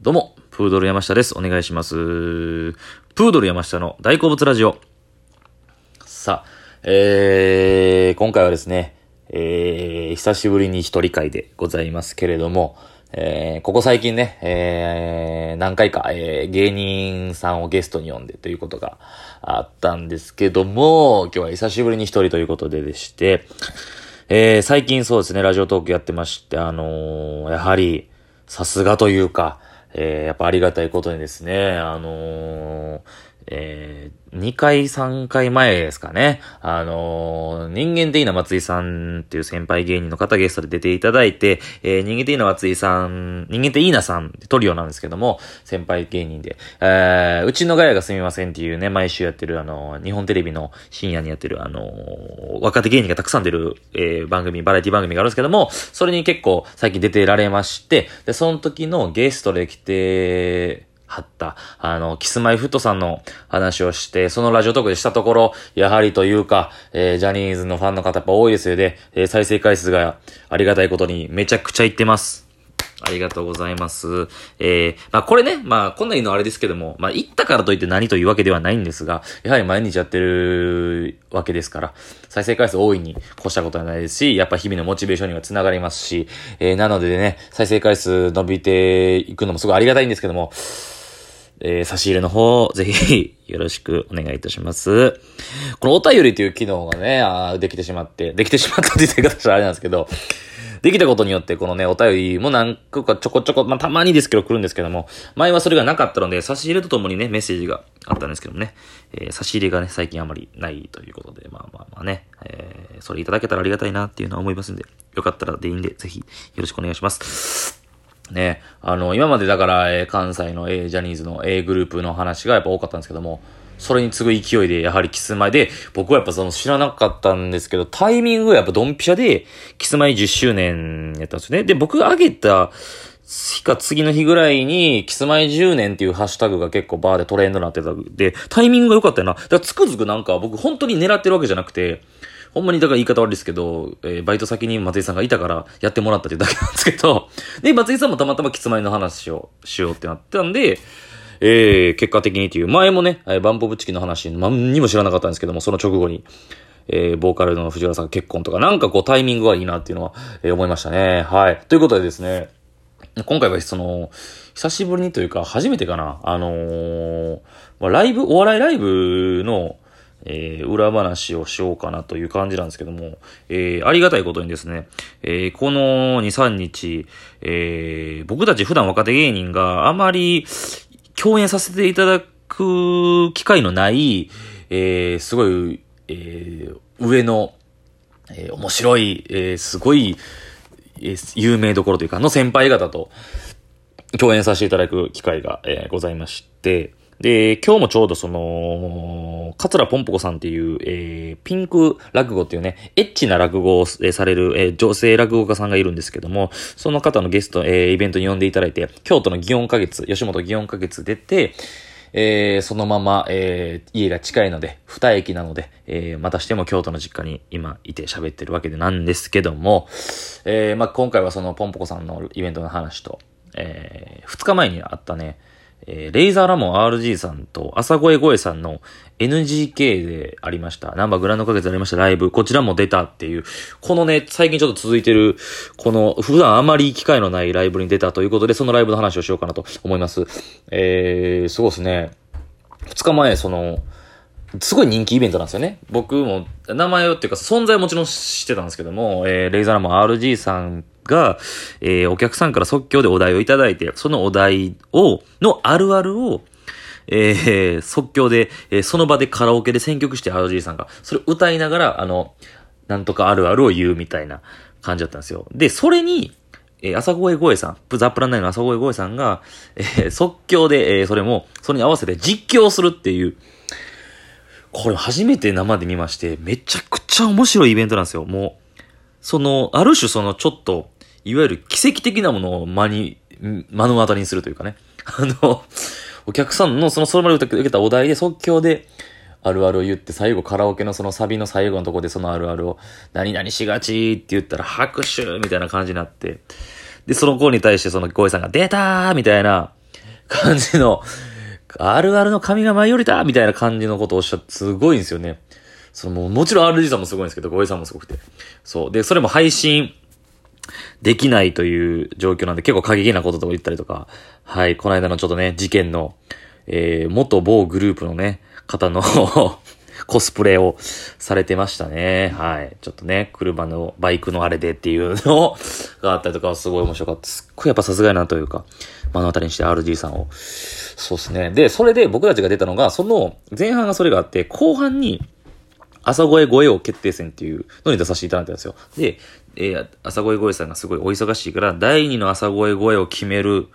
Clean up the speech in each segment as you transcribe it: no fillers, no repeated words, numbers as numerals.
どうも、プードル山下です。お願いします。プードル山下の大好物ラジオ。さあ、今回はですね、久しぶりに一人会でございますけれども、ここ最近ね、何回か、芸人さんをゲストに呼んでということがあったんですけども、今日は久しぶりに一人ということでして、最近そうですね、ラジオトークやってまして、やはり、さすがというか、やっぱありがたいことにですね、2回3回前ですかね。人間的な松井さんっていう先輩芸人の方ゲストで出ていただいて、人間的な松井さん、人間的なさんトリオなんですけども、先輩芸人で、うちのガヤがすみませんっていうね、毎週やってる日本テレビの深夜にやってる若手芸人がたくさん出る、バラエティ番組があるんですけども、それに結構最近出てられまして、で、その時のゲストで来て、はった、キスマイフットさんの話をして、そのラジオトークでしたところ、やはりというか、ジャニーズのファンの方やっぱ多いですよね。再生回数がありがたいことにめちゃくちゃいってます。ありがとうございます。これね、こんな言うのあれですけども、言ったからといって何というわけではないんですが、やはり毎日やってるわけですから、再生回数大いに越したことはないですし、やっぱ日々のモチベーションにはつながりますし、なのでね、再生回数伸びていくのもすごいありがたいんですけども、差し入れの方、ぜひ、よろしくお願いいたします。このお便りという機能がね、できてしまってって言い方したらあれなんですけど、できたことによって、このね、お便りも何個かちょこちょこ、たまにですけど来るんですけども、前はそれがなかったので、差し入れとともにね、メッセージがあったんですけどもね、差し入れがね、最近あまりないということで、ね、それいただけたらありがたいなっていうのは思いますんで、よかったらでいいんで、ぜひ、よろしくお願いします。ね、今までだから、関西の、ジャニーズの A グループの話がやっぱ多かったんですけども、それに次ぐ勢いで、やはりキスマイで、僕はやっぱ知らなかったんですけど、タイミングがやっぱドンピシャで、キスマイ10周年やったんですよね。で、僕が挙げた日か次の日ぐらいに、キスマイ10年っていうハッシュタグが結構バーでトレンドになってたんで、タイミングが良かったよな。だからつくづくなんか僕本当に狙ってるわけじゃなくて、ほんまにだから言い方悪いですけど、バイト先に松井さんがいたからやってもらったっていうだけなんですけど、で、松井さんもたまたまキスマイの話をしようってなったんで、結果的にっていう、前もね、バンポブチキンの話何にも知らなかったんですけども、その直後に、ボーカルの藤原さんが結婚とか、なんかこうタイミングがいいなっていうのは、思いましたね。はい。ということでですね、今回は久しぶりにというか、初めてかな、お笑いライブの、裏話をしようかなという感じなんですけども、ありがたいことにですね、この2、3日、僕たち普段若手芸人があまり共演させていただく機会のない、すごい、上の、面白い、すごい、有名どころというか、の先輩方と共演させていただく機会が、ございまして、で、今日もちょうど桂ぽんぽこさんっていう、ピンク落語っていうね、エッチな落語をされる、女性落語家さんがいるんですけども、その方のゲスト、イベントに呼んでいただいて、京都の祇園花月、吉本祇園花月出て、そのまま、家が近いので、二駅なので、またしても京都の実家に今いて喋ってるわけでなんですけども、今回はそのポンポコさんのイベントの話と、二日前にあったね、レイザーラモン RG さんと朝声声さんの NGK でありました。ナンバーグランド花月でありましたライブ。こちらも出たっていう。このね、最近ちょっと続いてる、この普段あまり機会のないライブに出たということで、そのライブの話をしようかなと思います。そうですね。2日前、すごい人気イベントなんですよね。僕も、名前をっていうか、存在はもちろん知ってたんですけども、レイザーラモン RG さんが、お客さんから即興でお題をいただいて、そのお題のあるあるを、即興で、その場でカラオケで選曲して RG さんが、それを歌いながら、なんとかあるあるを言うみたいな感じだったんですよ。で、それに、朝声声さん、ザ・プランナインの朝声声さんが、即興で、それに合わせて実況するっていう、これ初めて生で見まして、めちゃくちゃ面白いイベントなんですよ。もう、ある種ちょっと、いわゆる奇跡的なものを目の当たりにするというかね。お客さんのその場で受けたお題で即興で、あるあるを言って、最後カラオケのそのサビの最後のところでそのあるあるを、何々しがちって言ったら拍手みたいな感じになって、で、その子に対してその声さんが出たーみたいな、 感じの、あるあるの神が舞い降りたみたいな感じのことをおっしゃって、すごいんですよね。もちろん RG さんもすごいんですけど、ゴエさんもすごくて。そう。で、それも配信できないという状況なんで、結構過激なこととか言ったりとか、はい、この間のちょっとね、事件の、元某グループのね、方のコスプレをされてましたね。はい。ちょっとね、バイクのあれでっていうのがあったりとかはすごい面白かった。すっごいやっぱさすがやなというか、目の当たりにして RG さんを。そうですね。で、それで僕たちが出たのが、前半がそれがあって、後半に、朝声声を決定戦っていうのに出させていただいたんですよ。で、朝声声さんがすごいお忙しいから、第2の朝声声を決める、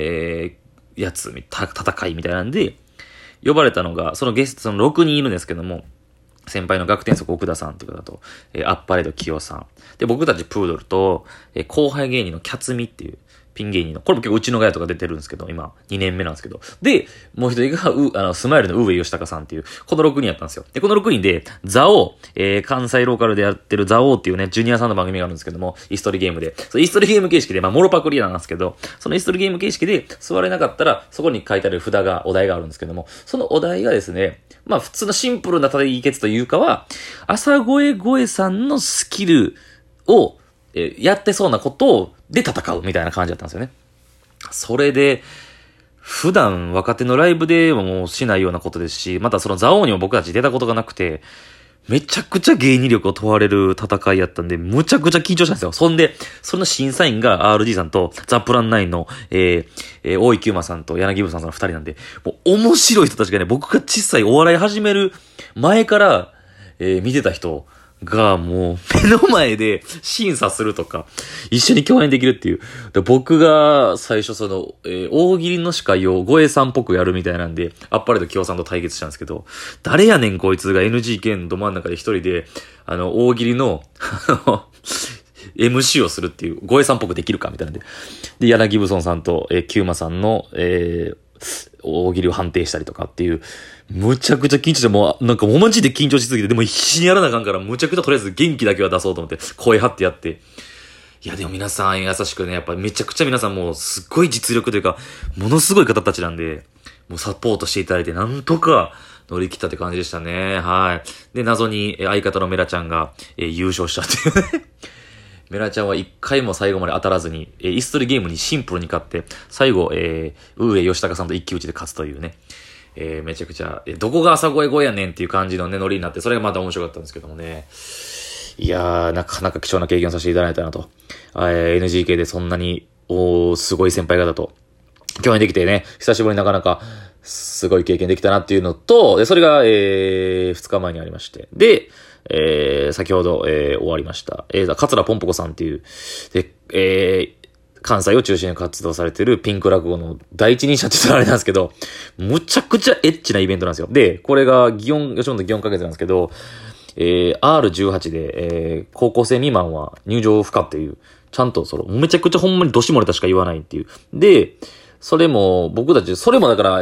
戦いみたいなんで、呼ばれたのが、その6人いるんですけども、先輩の学天則奥田さんっていう方と、アッパレード清さん。で、僕たちプードルと、後輩芸人のキャツミっていう、ピン芸人の、これも結構うちのガヤとか出てるんですけど、今、2年目なんですけど。で、もう一人が、スマイルの上吉高さんっていう、この6人やったんですよ。で、この6人で、ザオ関西ローカルでやってるザオっていうね、ジュニアさんの番組があるんですけども、イストリゲームで。イストリゲーム形式で、モロパクリなんですけど、そのイストリゲーム形式で座れなかったら、そこに書いてあるお題があるんですけども、そのお題がですね、普通のシンプルな対決というかは、朝声声さんのスキルを、やってそうなことで戦うみたいな感じだったんですよね。それで、普段若手のライブでもしないようなことですし、またそのザオにも僕たち出たことがなくて、めちゃくちゃ芸人力を問われる戦いやったんで、むちゃくちゃ緊張したんですよ。その審査員が RG さんとザ・プラン9の、大井久馬さんと柳部さんの2人なんで、もう面白い人たちがね、僕が小さいお笑い始める前から、見てた人がもう目の前で審査するとか、一緒に共演できるっていう。で僕が最初大喜利の司会をゴエさんっぽくやるみたいなんで、あっぱれと京さんと対決したんですけど、誰やねんこいつが NGK のど真ん中で一人で、大喜利の、MC をするっていう、ゴエさんっぽくできるかみたいなんで。で、柳ブソンさんと、キューマさんの、大喜利を判定したりとかっていう、むちゃくちゃ緊張して、もうマジで緊張しすぎて、でも必死にやらなあかんから、むちゃくちゃとりあえず元気だけは出そうと思って、声張ってやって。いや、でも皆さん優しくね、やっぱめちゃくちゃ皆さんもうすっごい実力というか、ものすごい方たちなんで、もうサポートしていただいて、なんとか乗り切ったって感じでしたね。はい。で、謎に相方のメラちゃんが、優勝したっていうね。メラちゃんは一回も最後まで当たらずに、イストリゲームにシンプルに勝って、最後、上吉高さんと一騎打ちで勝つというね。めちゃくちゃ、どこが朝声声やねんっていう感じのね、ノリになって、それがまた面白かったんですけどもね。いやー、なかなか貴重な経験をさせていただいたなと。NGK でそんなに、すごい先輩方と共演できてね、久しぶりになかなか、すごい経験できたなっていうのと、で、それが、2日前にありまして。で、先ほど、終わりました。桂ぽんぽこさんっていう、で、関西を中心に活動されてるピンク落語の第一人者って言ったらあれなんですけど、むちゃくちゃエッチなイベントなんですよ。で、これが吉本祇園か月なんですけど、R18 で、高校生未満は入場不可っていう、ちゃんとめちゃくちゃほんまにどし漏れたしか言わないっていう。で、それもだから、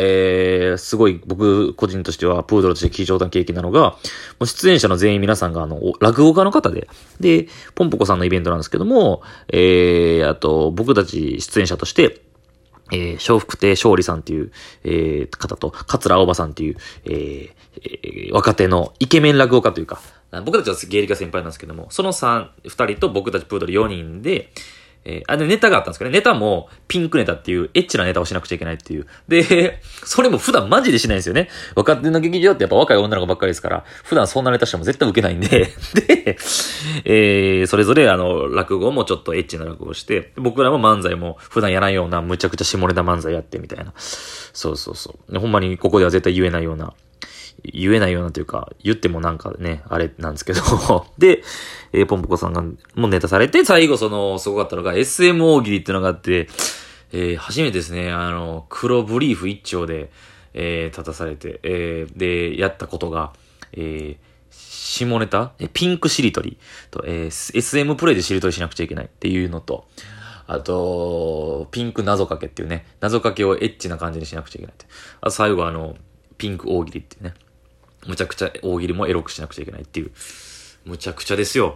すごい僕個人としてはプードルとして貴重な経験なのが、もう出演者の全員皆さんが落語家の方で、ポンポコさんのイベントなんですけども、あと僕たち出演者として、笑福亭勝利さんっていう、方と、桂青葉さんっていう、若手のイケメン落語家というか、僕たちは芸歴が先輩なんですけども、その2人と僕たちプードル4人で、で、ネタがあったんですけどね。ネタも、ピンクネタっていう、エッチなネタをしなくちゃいけないっていう。で、それも普段マジでしないんですよね。若手の劇場ってやっぱ若い女の子ばっかりですから、普段そんなネタしても絶対受けないんで。で、それぞれ落語もちょっとエッチな落語をして、僕らも漫才も普段やらないような、むちゃくちゃ下ネタ漫才やってみたいな。そうそうそう。ほんまにここでは絶対言えないようなというか、言ってもなんかね、あれなんですけど。で、ポンポコさんがもネタされて、最後すごかったのが SM 大喜利っていうのがあって、初めてですね、黒ブリーフ一丁で、立たされて、で、やったことが、下ネタピンクしりとりと、SM プレイでしりとりしなくちゃいけないっていうのと、あと、ピンク謎かけっていうね、謎かけをエッチな感じにしなくちゃいけないって。あと最後ピンク大喜利っていうね。むちゃくちゃ大喜利もエロくしなくちゃいけないっていう。むちゃくちゃですよ。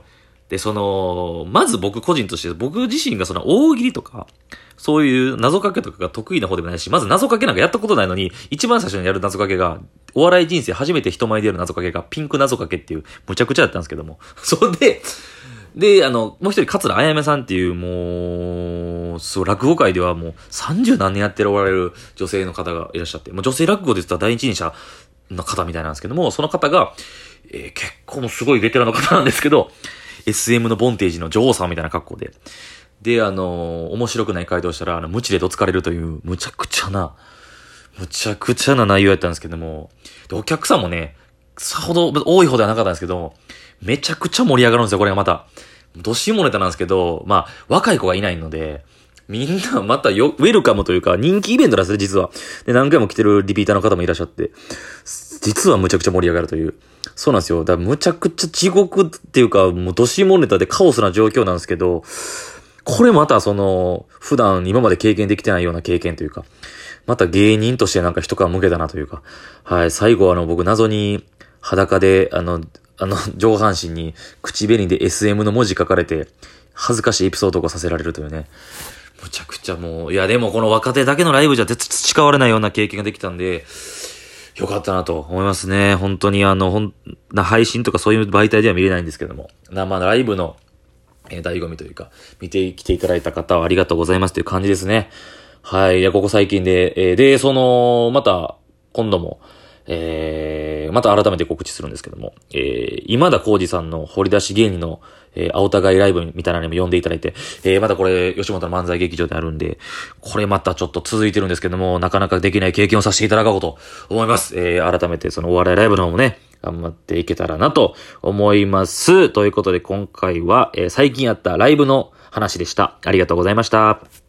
で、まず僕個人として、僕自身が大喜利とか、そういう謎かけとかが得意な方でもないし、まず謎かけなんかやったことないのに、一番最初にやる謎かけが、お笑い人生初めて人前でやる謎かけが、ピンク謎かけっていう、むちゃくちゃやったんですけども。それで、もう一人、桂あやめさんっていう、もう、落語界ではもう30何年やっておられる女性の方がいらっしゃって、もう女性落語で言ったら第一人者の方みたいなんですけども、その方が、結構もうすごいベテランの方なんですけど、SM のボンテージの女王さんみたいな格好で。で、面白くない回答したら、無知でどつかれるという、むちゃくちゃな内容やったんですけども、で、お客さんもね、さほど多い方ではなかったんですけど、めちゃくちゃ盛り上がるんですよ、これがまた。どしもネタなんですけど、まあ、若い子がいないので、みんなまたウェルカムというか、人気イベントなんですね、実は。で、何回も来てるリピーターの方もいらっしゃって、実はむちゃくちゃ盛り上がるという。そうなんですよ。だからむちゃくちゃ地獄っていうか、もうどしもネタでカオスな状況なんですけど、これまた普段今まで経験できてないような経験というか、また芸人としてなんか一皮向けたなというか、はい、最後僕謎に裸で、上半身に口紅で SM の文字書かれて、恥ずかしいエピソードをさせられるというね。むちゃくちゃもう、いやでもこの若手だけのライブじゃ培われないような経験ができたんで、よかったなと思いますね。本当に配信とかそういう媒体では見れないんですけども、生のライブの、醍醐味というか、見てきていただいた方はありがとうございますという感じですね。はい。いや、ここ最近で、また、今度も、また改めて告知するんですけども、今田耕司さんの掘り出し芸人の、青互いライブみたいなのにも呼んでいただいて、またこれ、吉本の漫才劇場であるんで、これまたちょっと続いてるんですけども、なかなかできない経験をさせていただこうと思います。改めてお笑いライブの方もね、頑張っていけたらなと思います。ということで今回は、最近あったライブの話でした。ありがとうございました。